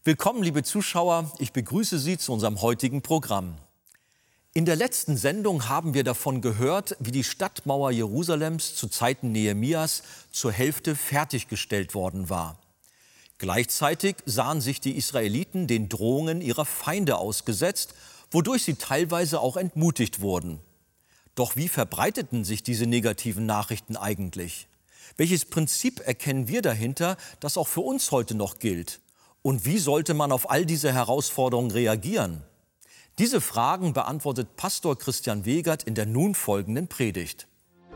Willkommen, liebe Zuschauer, ich begrüße Sie zu unserem heutigen Programm. In der letzten Sendung haben wir davon gehört, wie die Stadtmauer Jerusalems zu Zeiten Nehemias zur Hälfte fertiggestellt worden war. Gleichzeitig sahen sich die Israeliten den Drohungen ihrer Feinde ausgesetzt, wodurch sie teilweise auch entmutigt wurden. Doch wie verbreiteten sich diese negativen Nachrichten eigentlich? Welches Prinzip erkennen wir dahinter, das auch für uns heute noch gilt? Und wie sollte man auf all diese Herausforderungen reagieren? Diese Fragen beantwortet Pastor Christian Wegert in der nun folgenden Predigt.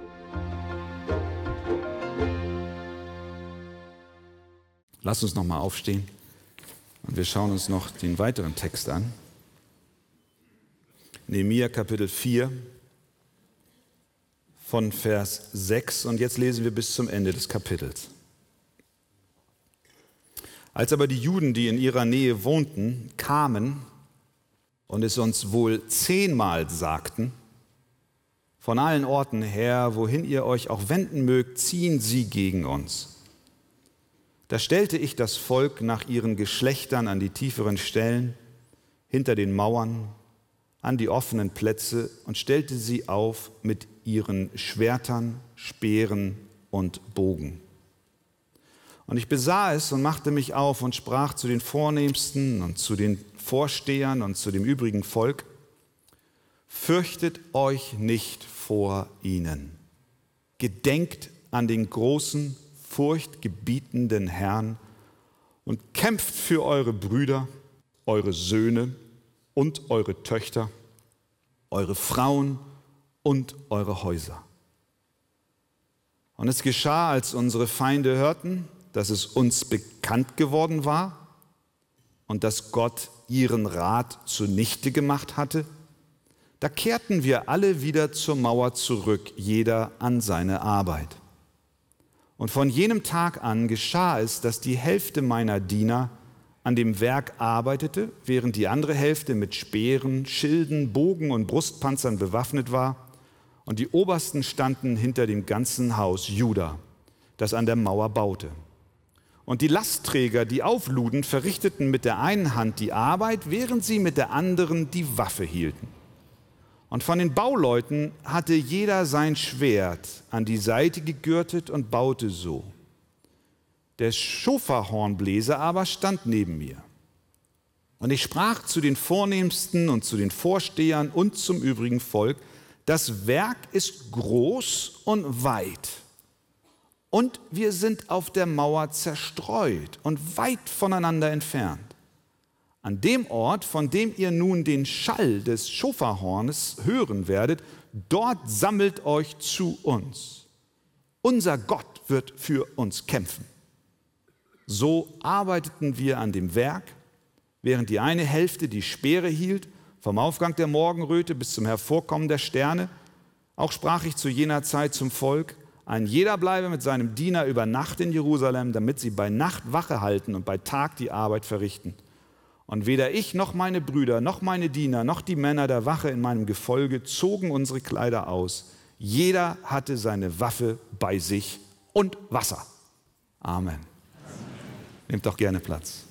Lass uns noch mal aufstehen und wir schauen uns noch den weiteren Text an. Nehemia Kapitel 4 von Vers 6 und jetzt lesen wir bis zum Ende des Kapitels. Als aber die Juden, die in ihrer Nähe wohnten, kamen und es uns wohl 10-mal sagten, von allen Orten her, wohin ihr euch auch wenden mögt, ziehen sie gegen uns. Da stellte ich das Volk nach ihren Geschlechtern an die tieferen Stellen, hinter den Mauern, an die offenen Plätze und stellte sie auf mit ihren Schwertern, Speeren und Bogen. Und ich besah es und machte mich auf und sprach zu den Vornehmsten und zu den Vorstehern und zu dem übrigen Volk: Fürchtet euch nicht vor ihnen. Gedenkt an den großen, furchtgebietenden Herrn und kämpft für eure Brüder, eure Söhne und eure Töchter, eure Frauen und eure Häuser. Und es geschah, als unsere Feinde hörten, dass es uns bekannt geworden war und dass Gott ihren Rat zunichte gemacht hatte, da kehrten wir alle wieder zur Mauer zurück, jeder an seine Arbeit. Und von jenem Tag an geschah es, dass die Hälfte meiner Diener an dem Werk arbeitete, während die andere Hälfte mit Speeren, Schilden, Bogen und Brustpanzern bewaffnet war, und die Obersten standen hinter dem ganzen Haus Juda, das an der Mauer baute. Und die Lastträger, die aufluden, verrichteten mit der einen Hand die Arbeit, während sie mit der anderen die Waffe hielten. Und von den Bauleuten hatte jeder sein Schwert an die Seite gegürtet und baute so. Der Schofarhornbläser aber stand neben mir. Und ich sprach zu den Vornehmsten und zu den Vorstehern und zum übrigen Volk: Das Werk ist groß und weit. Und wir sind auf der Mauer zerstreut und weit voneinander entfernt. An dem Ort, von dem ihr nun den Schall des Schofarhornes hören werdet, dort sammelt euch zu uns. Unser Gott wird für uns kämpfen. So arbeiteten wir an dem Werk, während die eine Hälfte die Speere hielt, vom Aufgang der Morgenröte bis zum Hervorkommen der Sterne. Auch sprach ich zu jener Zeit zum Volk: Ein jeder bleibe mit seinem Diener über Nacht in Jerusalem, damit sie bei Nacht Wache halten und bei Tag die Arbeit verrichten. Und weder ich noch meine Brüder, noch meine Diener, noch die Männer der Wache in meinem Gefolge zogen unsere Kleider aus. Jeder hatte seine Waffe bei sich und Wasser. Amen. Nehmt doch gerne Platz.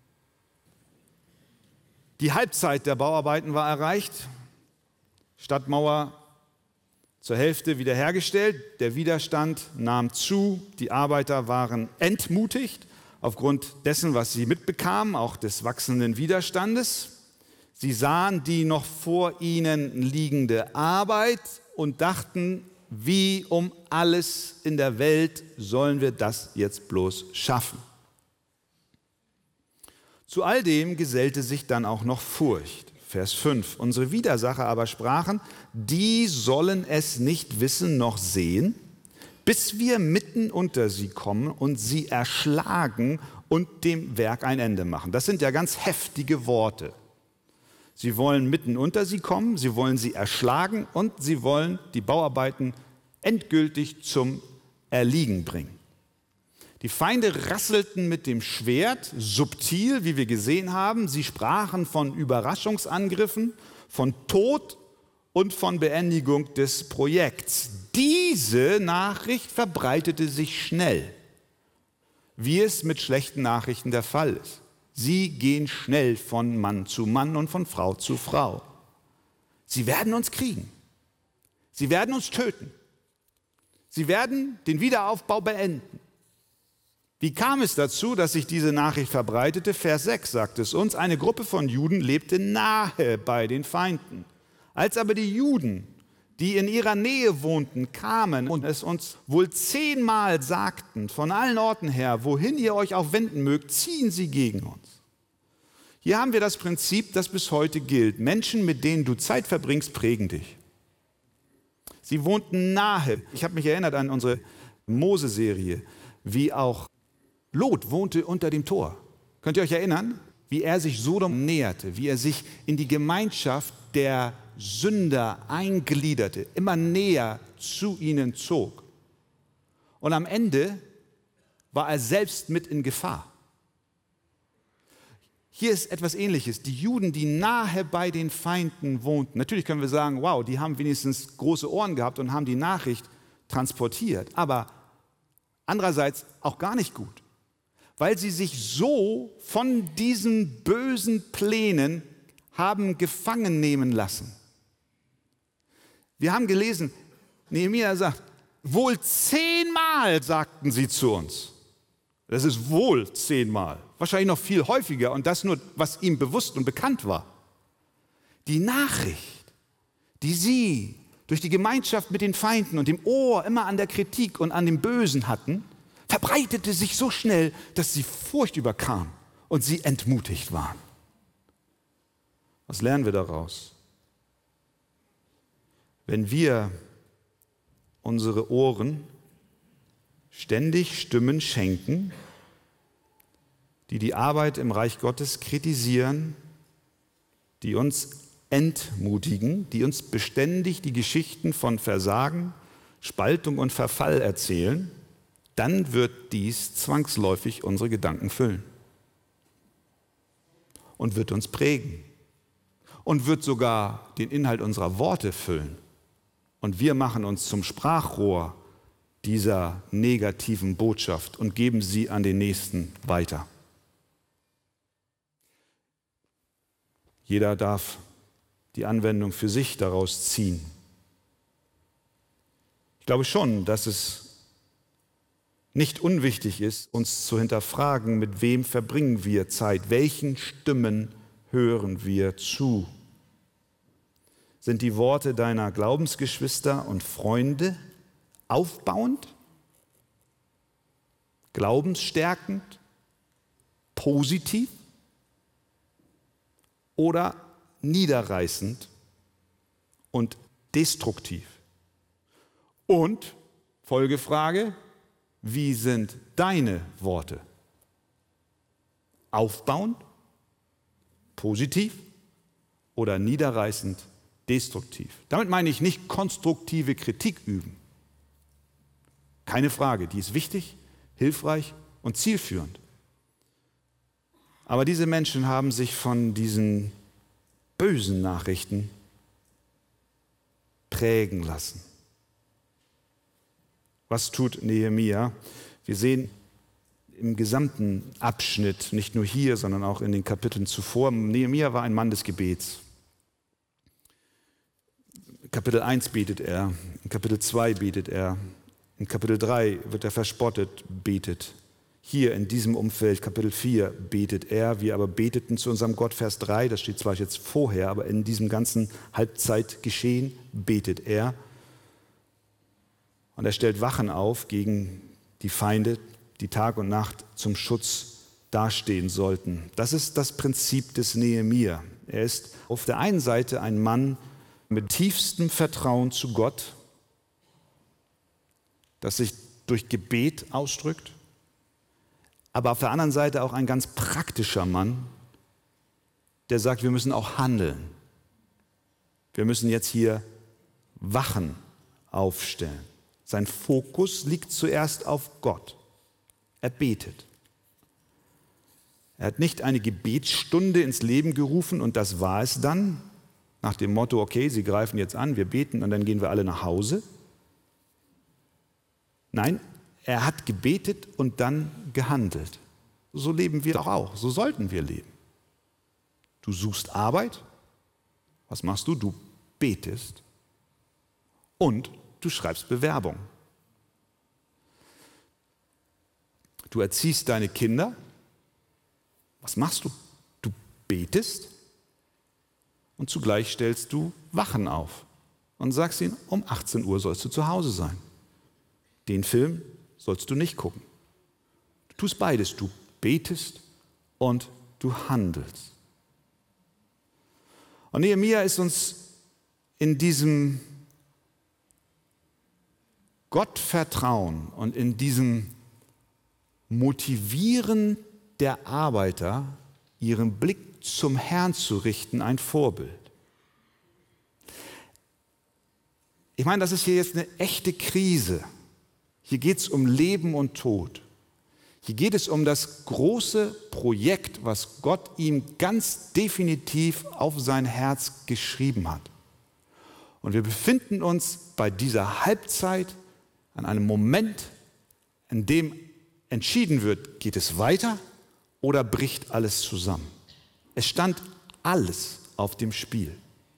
Die Halbzeit der Bauarbeiten war erreicht. Stadtmauer zur Hälfte wiederhergestellt. Der Widerstand nahm zu. Die Arbeiter waren entmutigt aufgrund dessen, was sie mitbekamen, auch des wachsenden Widerstandes. Sie sahen die noch vor ihnen liegende Arbeit und dachten: Wie um alles in der Welt sollen wir das jetzt bloß schaffen? Zu all dem gesellte sich dann auch noch Furcht. Vers 5. Unsere Widersacher aber sprachen: Die sollen es nicht wissen noch sehen, bis wir mitten unter sie kommen und sie erschlagen und dem Werk ein Ende machen. Das sind ja ganz heftige Worte. Sie wollen mitten unter sie kommen, sie wollen sie erschlagen und sie wollen die Bauarbeiten endgültig zum Erliegen bringen. Die Feinde rasselten mit dem Schwert, subtil, wie wir gesehen haben. Sie sprachen von Überraschungsangriffen, von Tod und von Beendigung des Projekts. Diese Nachricht verbreitete sich schnell, wie es mit schlechten Nachrichten der Fall ist. Sie gehen schnell von Mann zu Mann und von Frau zu Frau. Sie werden uns kriegen. Sie werden uns töten. Sie werden den Wiederaufbau beenden. Wie kam es dazu, dass sich diese Nachricht verbreitete? Vers 6 sagt es uns, eine Gruppe von Juden lebte nahe bei den Feinden. Als aber die Juden, die in ihrer Nähe wohnten, kamen und es uns wohl 10-mal sagten, von allen Orten her, wohin ihr euch auch wenden mögt, ziehen sie gegen uns. Hier haben wir das Prinzip, das bis heute gilt. Menschen, mit denen du Zeit verbringst, prägen dich. Sie wohnten nahe. Ich habe mich erinnert an unsere Mose-Serie, wie auch Lot wohnte unter dem Tor. Könnt ihr euch erinnern, wie er sich Sodom näherte, wie er sich in die Gemeinschaft der Sünder eingliederte, immer näher zu ihnen zog. Und am Ende war er selbst mit in Gefahr. Hier ist etwas Ähnliches. Die Juden, die nahe bei den Feinden wohnten. Natürlich können wir sagen, wow, die haben wenigstens große Ohren gehabt und haben die Nachricht transportiert. Aber andererseits auch gar nicht gut, weil sie sich so von diesen bösen Plänen haben gefangen nehmen lassen. Wir haben gelesen, Nehemia sagt, wohl 10-mal sagten sie zu uns. Das ist wohl 10-mal, wahrscheinlich noch viel häufiger und das nur, was ihm bewusst und bekannt war. Die Nachricht, die sie durch die Gemeinschaft mit den Feinden und dem Ohr immer an der Kritik und an dem Bösen hatten, verbreitete sich so schnell, dass sie Furcht überkam und sie entmutigt waren. Was lernen wir daraus? Wenn wir unsere Ohren ständig Stimmen schenken, die die Arbeit im Reich Gottes kritisieren, die uns entmutigen, die uns beständig die Geschichten von Versagen, Spaltung und Verfall erzählen, dann wird dies zwangsläufig unsere Gedanken füllen und wird uns prägen und wird sogar den Inhalt unserer Worte füllen. Und wir machen uns zum Sprachrohr dieser negativen Botschaft und geben sie an den Nächsten weiter. Jeder darf die Anwendung für sich daraus ziehen. Ich glaube schon, dass es nicht unwichtig ist, uns zu hinterfragen, mit wem verbringen wir Zeit, welchen Stimmen hören wir zu. Sind die Worte deiner Glaubensgeschwister und Freunde aufbauend, glaubensstärkend, positiv oder niederreißend und destruktiv? Und Folgefrage, wie sind deine Worte? Aufbauend, positiv oder niederreißend, destruktiv? Damit meine ich nicht konstruktive Kritik üben. Keine Frage, die ist wichtig, hilfreich und zielführend. Aber diese Menschen haben sich von diesen bösen Nachrichten prägen lassen. Was tut Nehemia? Wir sehen im gesamten Abschnitt, nicht nur hier, sondern auch in den Kapiteln zuvor, Nehemia war ein Mann des Gebets. In Kapitel 1 betet er, in Kapitel 2 betet er, in Kapitel 3 wird er verspottet, betet. Hier in diesem Umfeld, Kapitel 4, betet er. Wir aber beteten zu unserem Gott, Vers 3, das steht zwar jetzt vorher, aber in diesem ganzen Halbzeitgeschehen betet er. Und er stellt Wachen auf gegen die Feinde, die Tag und Nacht zum Schutz dastehen sollten. Das ist das Prinzip des Nehemia. Er ist auf der einen Seite ein Mann mit tiefstem Vertrauen zu Gott, das sich durch Gebet ausdrückt, aber auf der anderen Seite auch ein ganz praktischer Mann, der sagt, wir müssen auch handeln. Wir müssen jetzt hier Wachen aufstellen. Sein Fokus liegt zuerst auf Gott. Er betet. Er hat nicht eine Gebetsstunde ins Leben gerufen und das war es dann, nach dem Motto, okay, Sie greifen jetzt an, wir beten und dann gehen wir alle nach Hause. Nein, er hat gebetet und dann gehandelt. So leben wir doch auch, so sollten wir leben. Du suchst Arbeit, was machst du? Du betest und du schreibst Bewerbung. Du erziehst deine Kinder, was machst du? Du betest und zugleich stellst du Wachen auf und sagst ihnen, um 18 Uhr sollst du zu Hause sein. Den Film sollst du nicht gucken. Du tust beides, du betest und du handelst. Und Nehemia ist uns in diesem Gottvertrauen und in diesem Motivieren der Arbeiter, ihren Blick zum Herrn zu richten, ein Vorbild. Ich meine, das ist hier jetzt eine echte Krise. Hier geht es um Leben und Tod. Hier geht es um das große Projekt, was Gott ihm ganz definitiv auf sein Herz geschrieben hat. Und wir befinden uns bei dieser Halbzeit an einem Moment, in dem entschieden wird, geht es weiter oder bricht alles zusammen. Es stand alles auf dem Spiel.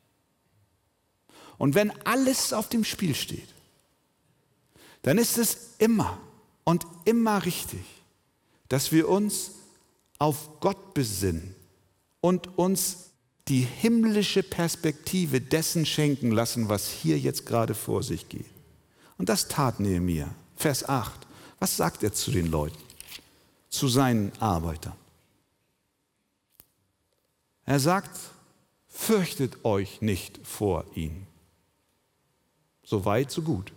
Und wenn alles auf dem Spiel steht, dann ist es immer und immer richtig, dass wir uns auf Gott besinnen und uns die himmlische Perspektive dessen schenken lassen, was hier jetzt gerade vor sich geht. Und das tat Nehemia. Vers 8. Was sagt er zu den Leuten, zu seinen Arbeitern? Er sagt, fürchtet euch nicht vor ihm. So weit, so gut.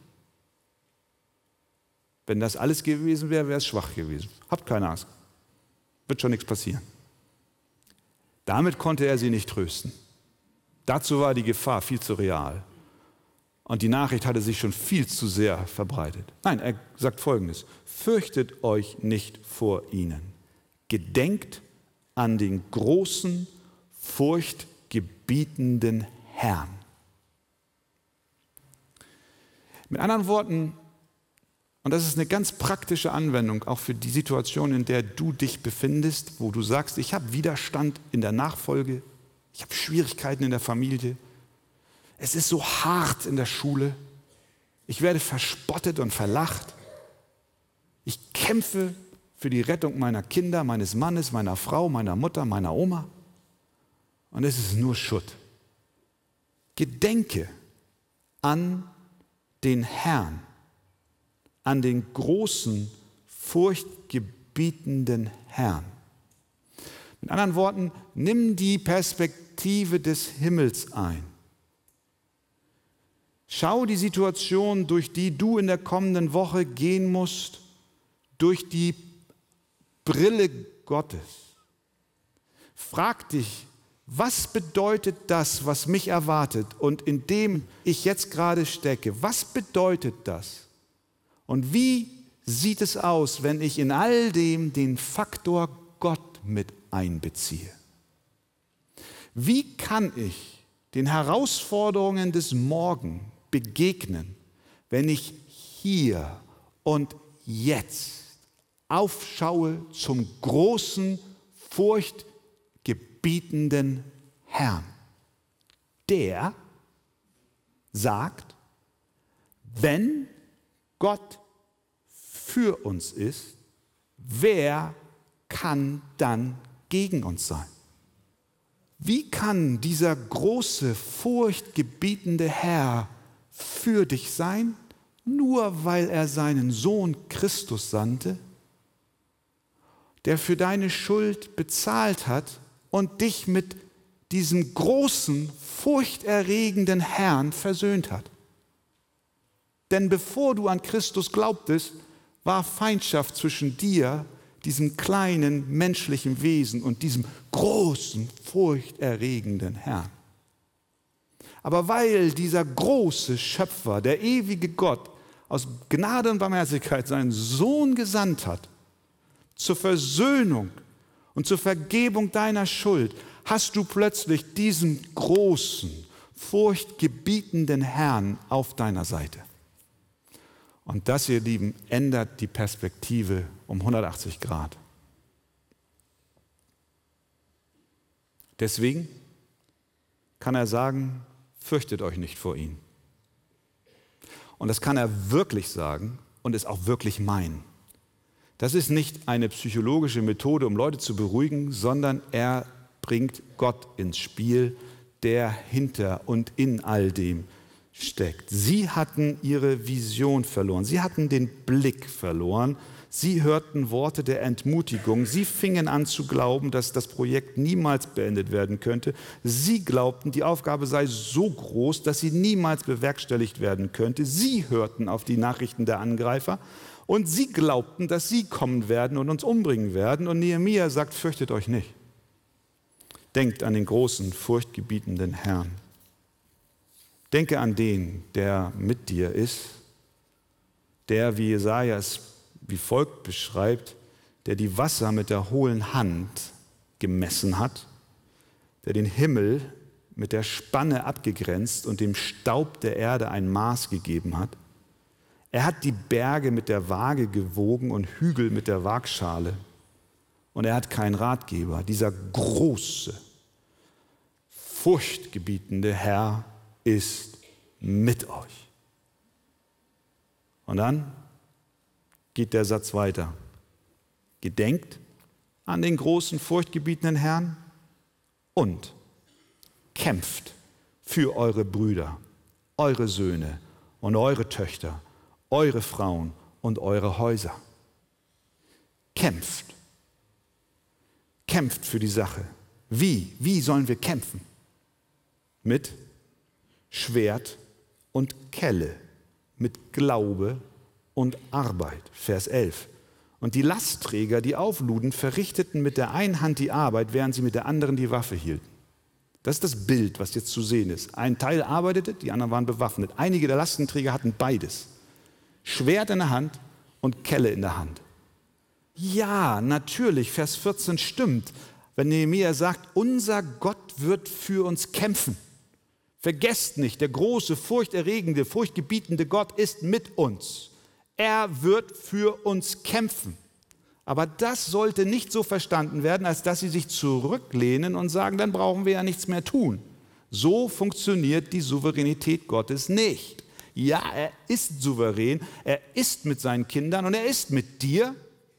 Wenn das alles gewesen wäre, wäre es schwach gewesen. Habt keine Angst. Wird schon nichts passieren. Damit konnte er sie nicht trösten. Dazu war die Gefahr viel zu real. Und die Nachricht hatte sich schon viel zu sehr verbreitet. Nein, er sagt Folgendes. Fürchtet euch nicht vor ihnen. Gedenkt an den großen, furchtgebietenden Herrn. Mit anderen Worten, und das ist eine ganz praktische Anwendung, auch für die Situation, in der du dich befindest, wo du sagst, ich habe Widerstand in der Nachfolge, ich habe Schwierigkeiten in der Familie, es ist so hart in der Schule, ich werde verspottet und verlacht, ich kämpfe für die Rettung meiner Kinder, meines Mannes, meiner Frau, meiner Mutter, meiner Oma und es ist nur Schutt. Gedenke an den Herrn, an den großen, furchtgebietenden Herrn. Mit anderen Worten, nimm die Perspektive des Himmels ein. Schau die Situation, durch die du in der kommenden Woche gehen musst, durch die Brille Gottes. Frag dich, was bedeutet das, was mich erwartet und in dem ich jetzt gerade stecke? Was bedeutet das? Und wie sieht es aus, wenn ich in all dem den Faktor Gott mit einbeziehe? Wie kann ich den Herausforderungen des Morgen begegnen, wenn ich hier und jetzt aufschaue zum großen, furchtgebietenden Herrn? Der sagt, wenn Gott für uns ist, wer kann dann gegen uns sein? Wie kann dieser große, furchtgebietende Herr für dich sein, nur weil er seinen Sohn Christus sandte, der für deine Schuld bezahlt hat und dich mit diesem großen, furchterregenden Herrn versöhnt hat? Denn bevor du an Christus glaubtest, war Feindschaft zwischen dir, diesem kleinen menschlichen Wesen und diesem großen, furchterregenden Herrn. Aber weil dieser große Schöpfer, der ewige Gott, aus Gnade und Barmherzigkeit seinen Sohn gesandt hat, zur Versöhnung und zur Vergebung deiner Schuld, hast du plötzlich diesen großen, furchtgebietenden Herrn auf deiner Seite. Und das, ihr Lieben, ändert die Perspektive um 180 Grad. Deswegen kann er sagen, fürchtet euch nicht vor ihnen. Und das kann er wirklich sagen und es auch wirklich meinen. Das ist nicht eine psychologische Methode, um Leute zu beruhigen, sondern er bringt Gott ins Spiel, der hinter und in all dem steckt. Sie hatten ihre Vision verloren, sie hatten den Blick verloren, sie hörten Worte der Entmutigung, sie fingen an zu glauben, dass das Projekt niemals beendet werden könnte. Sie glaubten, die Aufgabe sei so groß, dass sie niemals bewerkstelligt werden könnte. Sie hörten auf die Nachrichten der Angreifer und sie glaubten, dass sie kommen werden und uns umbringen werden. Und Nehemia sagt, fürchtet euch nicht. Denkt an den großen, furchtgebietenden Herrn. Denke an den, der mit dir ist, der, wie Jesaja es wie folgt beschreibt, der die Wasser mit der hohlen Hand gemessen hat, der den Himmel mit der Spanne abgegrenzt und dem Staub der Erde ein Maß gegeben hat. Er hat die Berge mit der Waage gewogen und Hügel mit der Waagschale. Und er hat keinen Ratgeber. Dieser große, furchtgebietende Herr ist mit euch. Und dann geht der Satz weiter. Gedenkt an den großen, furchtgebietenden Herrn und kämpft für eure Brüder, eure Söhne und eure Töchter, eure Frauen und eure Häuser. Kämpft. Kämpft für die Sache. Wie? Wie sollen wir kämpfen? Mit Schwert und Kelle, mit Glaube und Arbeit. Vers 11. Und die Lastträger, die aufluden, verrichteten mit der einen Hand die Arbeit, während sie mit der anderen die Waffe hielten. Das ist das Bild, was jetzt zu sehen ist. Ein Teil arbeitete, die anderen waren bewaffnet. Einige der Lastenträger hatten beides. Schwert in der Hand und Kelle in der Hand. Ja, natürlich, Vers 14 stimmt, wenn Nehemia sagt, unser Gott wird für uns kämpfen. Vergesst nicht, der große, furchterregende, furchtgebietende Gott ist mit uns. Er wird für uns kämpfen. Aber das sollte nicht so verstanden werden, als dass sie sich zurücklehnen und sagen, dann brauchen wir ja nichts mehr tun. So funktioniert die Souveränität Gottes nicht. Ja, er ist souverän, er ist mit seinen Kindern und er ist mit dir.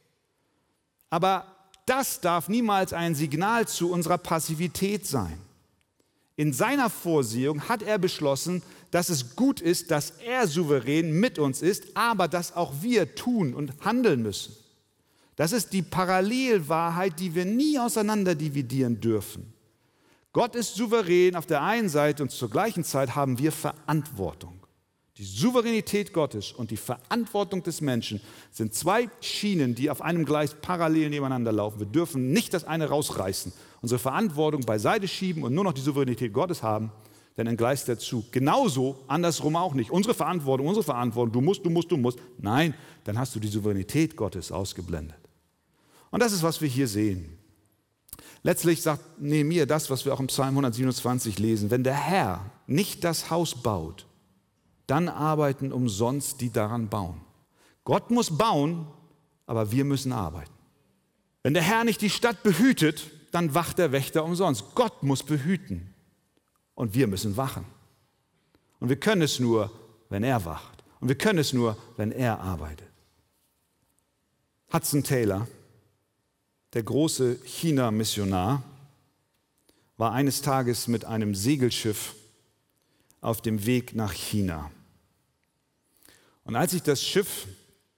Aber das darf niemals ein Signal zu unserer Passivität sein. In seiner Vorsehung hat er beschlossen, dass es gut ist, dass er souverän mit uns ist, aber dass auch wir tun und handeln müssen. Das ist die Parallelwahrheit, die wir nie auseinander dividieren dürfen. Gott ist souverän auf der einen Seite und zur gleichen Zeit haben wir Verantwortung. Die Souveränität Gottes und die Verantwortung des Menschen sind zwei Schienen, die auf einem Gleis parallel nebeneinander laufen. Wir dürfen nicht das eine rausreißen, unsere Verantwortung beiseite schieben und nur noch die Souveränität Gottes haben, denn ein Gleis der Zug. Genauso, andersrum auch nicht. Unsere Verantwortung, du musst. Nein, dann hast du die Souveränität Gottes ausgeblendet. Und das ist, was wir hier sehen. Letztlich sagt Nehemia das, was wir auch im Psalm 127 lesen. Wenn der Herr nicht das Haus baut, dann arbeiten umsonst die daran bauen. Gott muss bauen, aber wir müssen arbeiten. Wenn der Herr nicht die Stadt behütet, dann wacht der Wächter umsonst. Gott muss behüten und wir müssen wachen. Und wir können es nur, wenn er wacht. Und wir können es nur, wenn er arbeitet. Hudson Taylor, der große China-Missionar, war eines Tages mit einem Segelschiff auf dem Weg nach China. Und als sich das Schiff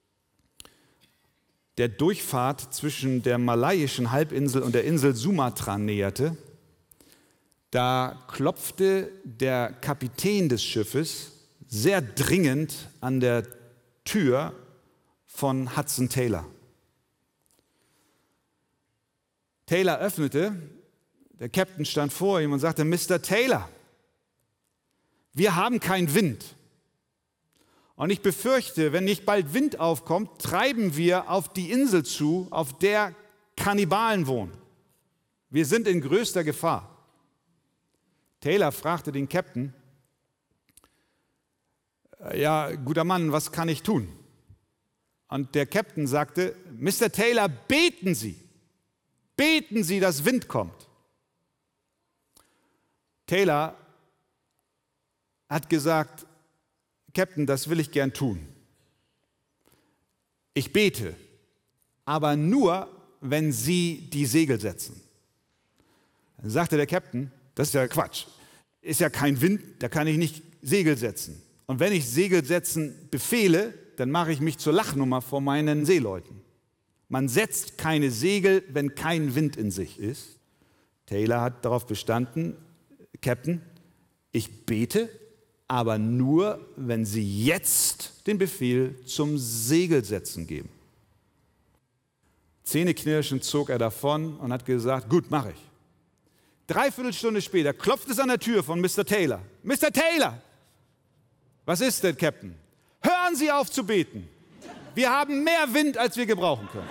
der Durchfahrt zwischen der malaiischen Halbinsel und der Insel Sumatra näherte, da klopfte der Kapitän des Schiffes sehr dringend an der Tür von Hudson Taylor. Taylor öffnete, der Captain stand vor ihm und sagte, Mr. Taylor, wir haben keinen Wind. Und ich befürchte, wenn nicht bald Wind aufkommt, treiben wir auf die Insel zu, auf der Kannibalen wohnen. Wir sind in größter Gefahr. Taylor fragte den Captain, ja, guter Mann, was kann ich tun? Und der Captain sagte, Mr. Taylor, beten Sie, dass Wind kommt. Taylor hat gesagt, Captain, das will ich gern tun. Ich bete, aber nur, wenn Sie die Segel setzen. Dann sagte der Captain, das ist ja Quatsch. Ist ja kein Wind, da kann ich nicht Segel setzen. Und wenn ich Segel setzen befehle, dann mache ich mich zur Lachnummer vor meinen Seeleuten. Man setzt keine Segel, wenn kein Wind in sich ist. Taylor hat darauf bestanden, Captain, ich bete, aber nur, wenn Sie jetzt den Befehl zum Segelsetzen geben. Zähneknirschend zog er davon und hat gesagt, gut, mache ich. 3/4 Stunde später klopft es an der Tür von Mr. Taylor. Mr. Taylor! Was ist denn, Captain? Hören Sie auf zu beten. Wir haben mehr Wind, als wir gebrauchen können.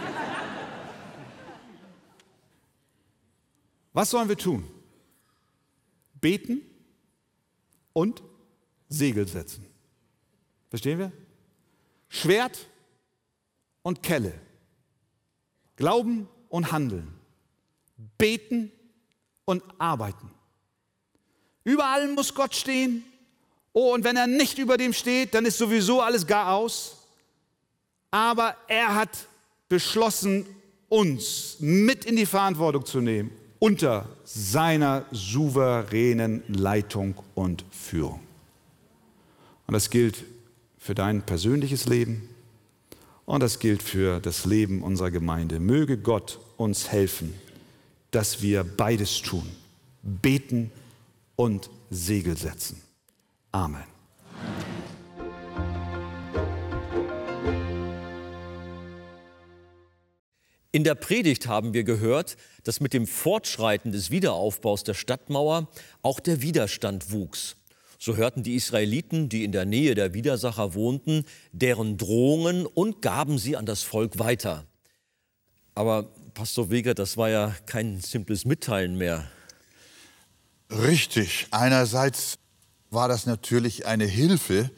Was sollen wir tun? Beten und Segel setzen. Verstehen wir? Schwert und Kelle. Glauben und Handeln. Beten und arbeiten. Über allem muss Gott stehen. Oh, und wenn er nicht über dem steht, dann ist sowieso alles gar aus. Aber er hat beschlossen, uns mit in die Verantwortung zu nehmen, unter seiner souveränen Leitung und Führung. Und das gilt für dein persönliches Leben und das gilt für das Leben unserer Gemeinde. Möge Gott uns helfen, dass wir beides tun, beten und Segel setzen. Amen. In der Predigt haben wir gehört, dass mit dem Fortschreiten des Wiederaufbaus der Stadtmauer auch der Widerstand wuchs. So hörten die Israeliten, die in der Nähe der Widersacher wohnten, deren Drohungen und gaben sie an das Volk weiter. Aber Pastor Weger, das war ja kein simples Mitteilen mehr. Richtig. Einerseits war das natürlich eine Hilfe,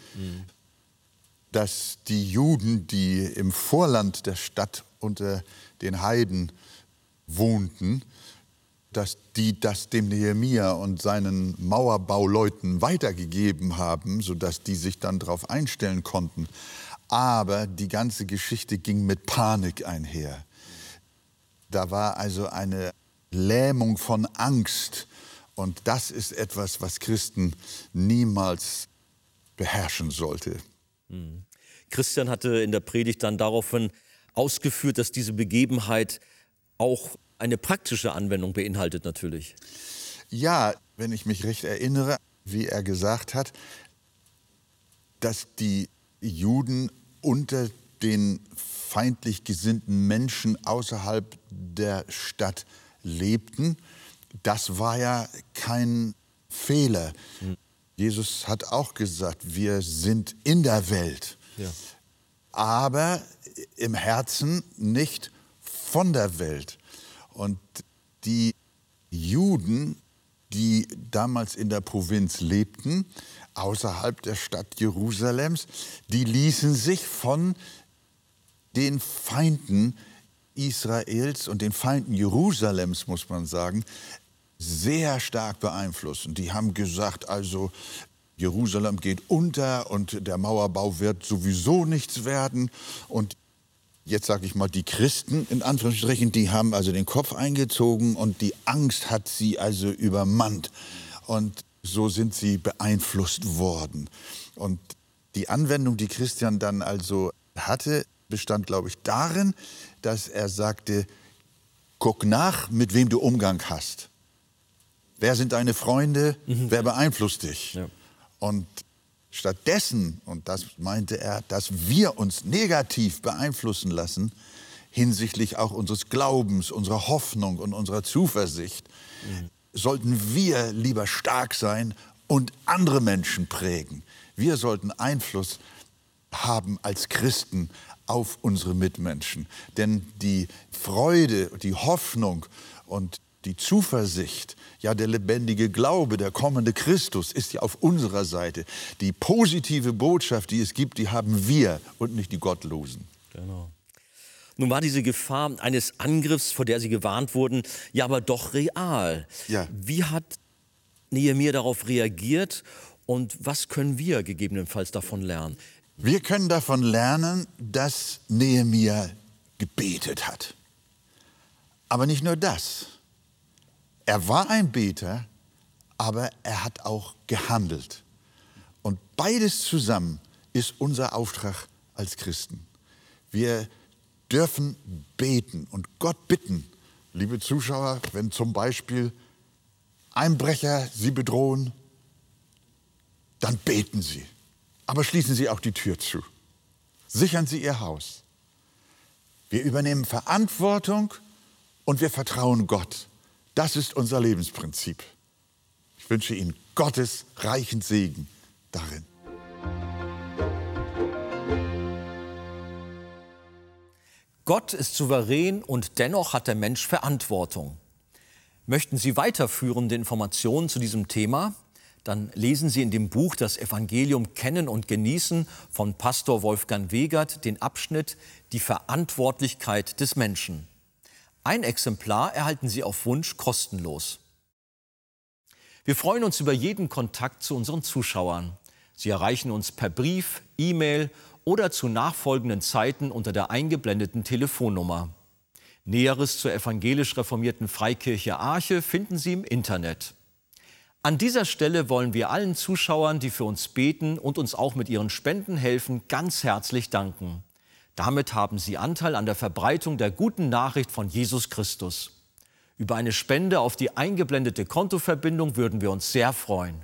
dass die Juden, die im Vorland der Stadt unter den Heiden wohnten, dass die das dem Nehemia und seinen Mauerbauleuten weitergegeben haben, sodass die sich dann darauf einstellen konnten. Aber die ganze Geschichte ging mit Panik einher. Da war also eine Lähmung von Angst. Und das ist etwas, was Christen niemals beherrschen sollte. Christian hatte in der Predigt dann daraufhin ausgeführt, dass diese Begebenheit auch eine praktische Anwendung beinhaltet natürlich. Ja, wenn ich mich recht erinnere, wie er gesagt hat, dass die Juden unter den feindlich gesinnten Menschen außerhalb der Stadt lebten, das war ja kein Fehler. Jesus hat auch gesagt, wir sind in der Welt, aber im Herzen nicht von der Welt. Und die Juden, die damals in der Provinz lebten, außerhalb der Stadt Jerusalems, die ließen sich von den Feinden Israels und den Feinden Jerusalems, muss man sagen, sehr stark beeinflussen. Die haben gesagt, also Jerusalem geht unter und der Mauerbau wird sowieso nichts werden. Und jetzt sage ich mal, die Christen, in Anführungsstrichen, die haben also den Kopf eingezogen und die Angst hat sie also übermannt. Und so sind sie beeinflusst worden. Und die Anwendung, die Christian dann also hatte, bestand, glaube ich, darin, dass er sagte, guck nach, mit wem du Umgang hast. Wer sind deine Freunde? Wer beeinflusst dich? Ja. Und stattdessen, und das meinte er, dass wir uns negativ beeinflussen lassen, hinsichtlich auch unseres Glaubens, unserer Hoffnung und unserer Zuversicht, sollten wir lieber stark sein und andere Menschen prägen. Wir sollten Einfluss haben als Christen auf unsere Mitmenschen. Denn die Freude, die Hoffnung und die Zuversicht, ja der lebendige Glaube, der kommende Christus ist ja auf unserer Seite. Die positive Botschaft, die es gibt, die haben wir und nicht die Gottlosen. Genau. Nun war diese Gefahr eines Angriffs, vor der Sie gewarnt wurden, ja aber doch real. Ja. Wie hat Nehemia darauf reagiert und was können wir gegebenenfalls davon lernen? Wir können davon lernen, dass Nehemia gebetet hat. Aber nicht nur das. Er war ein Beter, aber er hat auch gehandelt. Und beides zusammen ist unser Auftrag als Christen. Wir dürfen beten und Gott bitten, liebe Zuschauer, wenn zum Beispiel Einbrecher Sie bedrohen, dann beten Sie. Aber schließen Sie auch die Tür zu. Sichern Sie Ihr Haus. Wir übernehmen Verantwortung und wir vertrauen Gott. Das ist unser Lebensprinzip. Ich wünsche Ihnen Gottes reichen Segen darin. Gott ist souverän und dennoch hat der Mensch Verantwortung. Möchten Sie weiterführende Informationen zu diesem Thema? Dann lesen Sie in dem Buch Das Evangelium kennen und genießen von Pastor Wolfgang Wegert den Abschnitt Die Verantwortlichkeit des Menschen. Ein Exemplar erhalten Sie auf Wunsch kostenlos. Wir freuen uns über jeden Kontakt zu unseren Zuschauern. Sie erreichen uns per Brief, E-Mail oder zu nachfolgenden Zeiten unter der eingeblendeten Telefonnummer. Näheres zur evangelisch-reformierten Freikirche Arche finden Sie im Internet. An dieser Stelle wollen wir allen Zuschauern, die für uns beten und uns auch mit ihren Spenden helfen, ganz herzlich danken. Damit haben Sie Anteil an der Verbreitung der guten Nachricht von Jesus Christus. Über eine Spende auf die eingeblendete Kontoverbindung würden wir uns sehr freuen.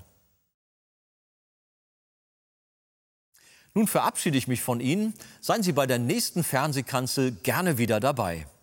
Nun verabschiede ich mich von Ihnen. Seien Sie bei der nächsten Fernsehkanzel gerne wieder dabei.